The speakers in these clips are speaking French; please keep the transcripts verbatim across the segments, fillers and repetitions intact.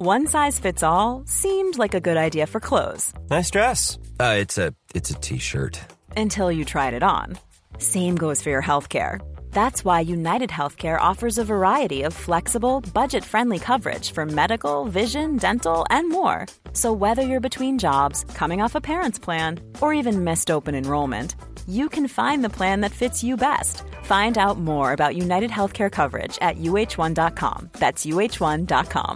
One size fits all seemed like a good idea for clothes. Nice dress. Uh, it's a it's a t-shirt. Until you tried it on. Same goes for your healthcare. That's why United Healthcare offers a variety of flexible, budget-friendly coverage for medical, vision, dental, and more. So whether you're between jobs, coming off a parent's plan, or even missed open enrollment, you can find the plan that fits you best. Find out more about United Healthcare coverage at U H one dot com. That's U H one dot com.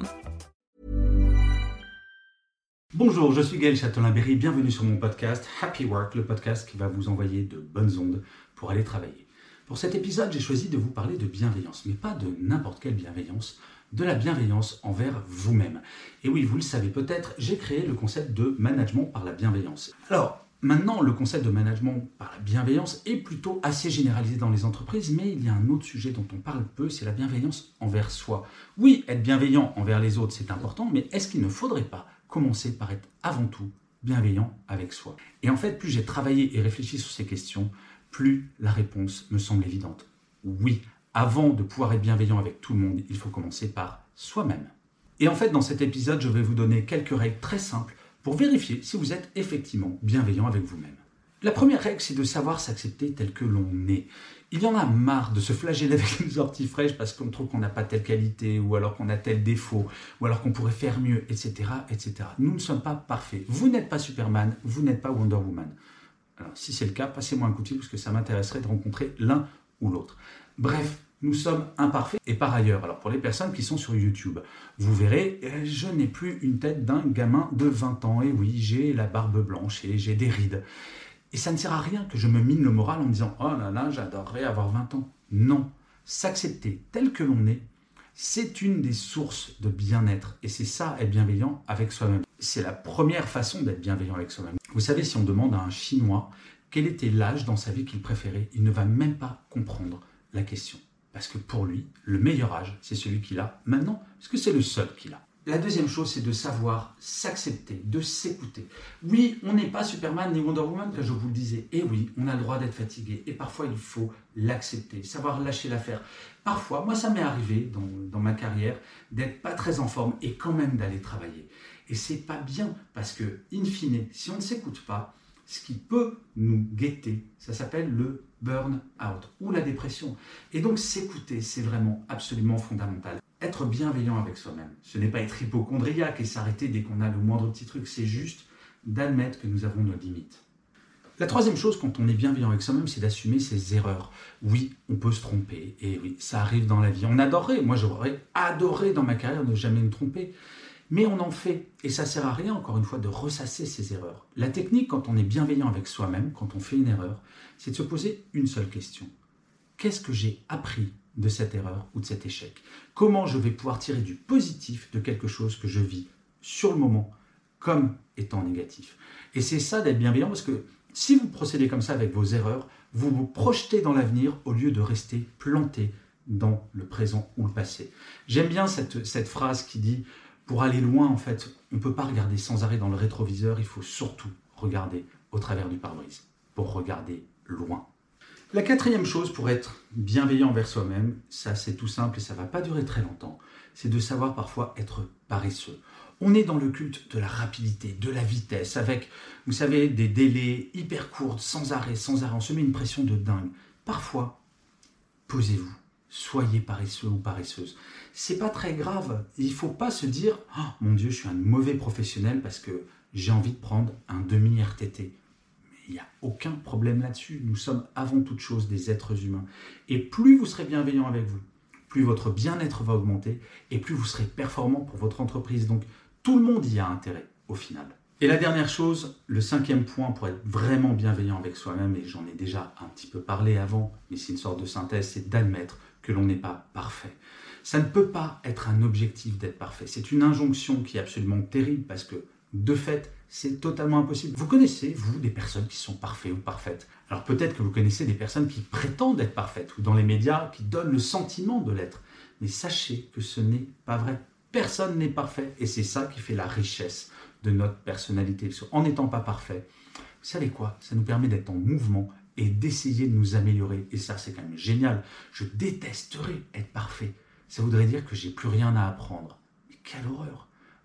Bonjour, je suis Gaël Châtelain-Berry, bienvenue sur mon podcast Happy Work, le podcast qui va vous envoyer de bonnes ondes pour aller travailler. Pour cet épisode, j'ai choisi de vous parler de bienveillance, mais pas de n'importe quelle bienveillance, de la bienveillance envers vous-même. Et oui, vous le savez peut-être, j'ai créé le concept de management par la bienveillance. Alors, maintenant, le concept de management par la bienveillance est plutôt assez généralisé dans les entreprises, mais il y a un autre sujet dont on parle peu, c'est la bienveillance envers soi. Oui, être bienveillant envers les autres, c'est important, mais est-ce qu'il ne faudrait pas commencer par être avant tout bienveillant avec soi? Et en fait, plus j'ai travaillé et réfléchi sur ces questions, plus la réponse me semble évidente. Oui, avant de pouvoir être bienveillant avec tout le monde, il faut commencer par soi-même. Et en fait, dans cet épisode, je vais vous donner quelques règles très simples pour vérifier si vous êtes effectivement bienveillant avec vous-même. La première règle, c'est de savoir s'accepter tel que l'on est. Il y en a marre de se flageller avec les orties fraîches parce qu'on trouve qu'on n'a pas telle qualité, ou alors qu'on a tel défaut, ou alors qu'on pourrait faire mieux, et cetera, et cetera. Nous ne sommes pas parfaits. Vous n'êtes pas Superman, vous n'êtes pas Wonder Woman. Alors, si c'est le cas, passez-moi un coup de fil parce que ça m'intéresserait de rencontrer l'un ou l'autre. Bref, nous sommes imparfaits. Et par ailleurs, alors pour les personnes qui sont sur YouTube, vous verrez, je n'ai plus une tête d'un gamin de vingt ans. Et oui, j'ai la barbe blanche et j'ai des rides. Et ça ne sert à rien que je me mine le moral en me disant « Oh là là, j'adorerais avoir vingt ans ». Non, s'accepter tel que l'on est, c'est une des sources de bien-être. Et c'est ça, être bienveillant avec soi-même. C'est la première façon d'être bienveillant avec soi-même. Vous savez, si on demande à un Chinois quel était l'âge dans sa vie qu'il préférait, il ne va même pas comprendre la question. Parce que pour lui, le meilleur âge, c'est celui qu'il a maintenant, parce que c'est le seul qu'il a. La deuxième chose, c'est de savoir s'accepter, de s'écouter. Oui, on n'est pas Superman ni Wonder Woman, comme je vous le disais. Et oui, on a le droit d'être fatigué. Et parfois, il faut l'accepter, savoir lâcher l'affaire. Parfois, moi, ça m'est arrivé dans, dans ma carrière d'être pas très en forme et quand même d'aller travailler. Et c'est pas bien parce que, in fine, si on ne s'écoute pas, ce qui peut nous guetter, ça s'appelle le burn-out ou la dépression. Et donc, s'écouter, c'est vraiment absolument fondamental. Être bienveillant avec soi-même, ce n'est pas être hypocondriaque et s'arrêter dès qu'on a le moindre petit truc, c'est juste d'admettre que nous avons nos limites. La troisième chose quand on est bienveillant avec soi-même, c'est d'assumer ses erreurs. Oui, on peut se tromper, et oui, ça arrive dans la vie. On adorerait, moi j'aurais adoré dans ma carrière ne jamais me tromper, mais on en fait, et ça ne sert à rien, encore une fois, de ressasser ses erreurs. La technique, quand on est bienveillant avec soi-même, quand on fait une erreur, c'est de se poser une seule question. Qu'est-ce que j'ai appris de cette erreur ou de cet échec? Comment je vais pouvoir tirer du positif de quelque chose que je vis sur le moment comme étant négatif? Et c'est ça d'être bienveillant parce que si vous procédez comme ça avec vos erreurs, vous vous projetez dans l'avenir au lieu de rester planté dans le présent ou le passé. J'aime bien cette, cette phrase qui dit « Pour aller loin, en fait, on ne peut pas regarder sans arrêt dans le rétroviseur, il faut surtout regarder au travers du pare-brise pour regarder loin. » La quatrième chose pour être bienveillant envers soi-même, ça c'est tout simple et ça ne va pas durer très longtemps, c'est de savoir parfois être paresseux. On est dans le culte de la rapidité, de la vitesse, avec, vous savez, des délais hyper courts, sans arrêt, sans arrêt, on se met une pression de dingue. Parfois, posez-vous, soyez paresseux ou paresseuse. C'est pas très grave, il ne faut pas se dire « Oh mon Dieu, je suis un mauvais professionnel parce que j'ai envie de prendre un demi-R T T ». Il n'y a aucun problème là-dessus. Nous sommes avant toute chose des êtres humains. Et plus vous serez bienveillant avec vous, plus votre bien-être va augmenter et plus vous serez performant pour votre entreprise. Donc, tout le monde y a intérêt au final. Et la dernière chose, le cinquième point pour être vraiment bienveillant avec soi-même, et j'en ai déjà un petit peu parlé avant, mais c'est une sorte de synthèse, c'est d'admettre que l'on n'est pas parfait. Ça ne peut pas être un objectif d'être parfait. C'est une injonction qui est absolument terrible parce que, de fait, c'est totalement impossible. Vous connaissez, vous, des personnes qui sont parfaites ou parfaites. Alors peut-être que vous connaissez des personnes qui prétendent être parfaites ou dans les médias qui donnent le sentiment de l'être. Mais sachez que ce n'est pas vrai. Personne n'est parfait et c'est ça qui fait la richesse de notre personnalité. En n'étant pas parfait, vous savez quoi? Ça nous permet d'être en mouvement et d'essayer de nous améliorer. Et ça, c'est quand même génial. Je détesterais être parfait. Ça voudrait dire que j'ai plus rien à apprendre. Mais quelle horreur!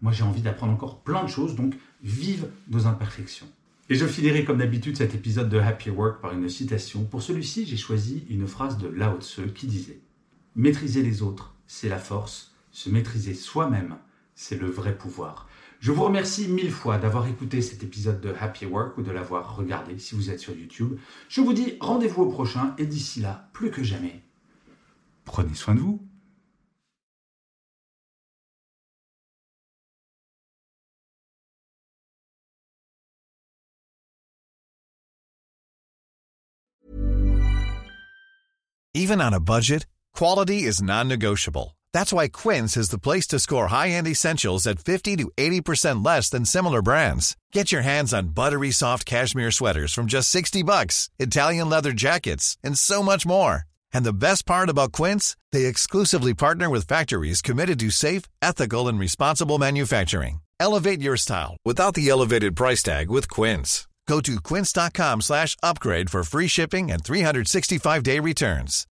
Moi, j'ai envie d'apprendre encore plein de choses, donc vive nos imperfections. Et je finirai comme d'habitude cet épisode de Happy Work par une citation. Pour celui-ci, j'ai choisi une phrase de Lao Tzu qui disait « Maîtriser les autres, c'est la force. Se maîtriser soi-même, c'est le vrai pouvoir. » Je vous remercie mille fois d'avoir écouté cet épisode de Happy Work ou de l'avoir regardé si vous êtes sur YouTube. Je vous dis rendez-vous au prochain et d'ici là, plus que jamais, prenez soin de vous. Even on a budget, quality is non-negotiable. That's why Quince is the place to score high-end essentials at fifty to eighty percent less than similar brands. Get your hands on buttery soft cashmere sweaters from just sixty bucks, Italian leather jackets, and so much more. And the best part about Quince, they exclusively partner with factories committed to safe, ethical, and responsible manufacturing. Elevate your style without the elevated price tag with Quince. Go to quince.com slash upgrade for free shipping and three sixty-five day returns.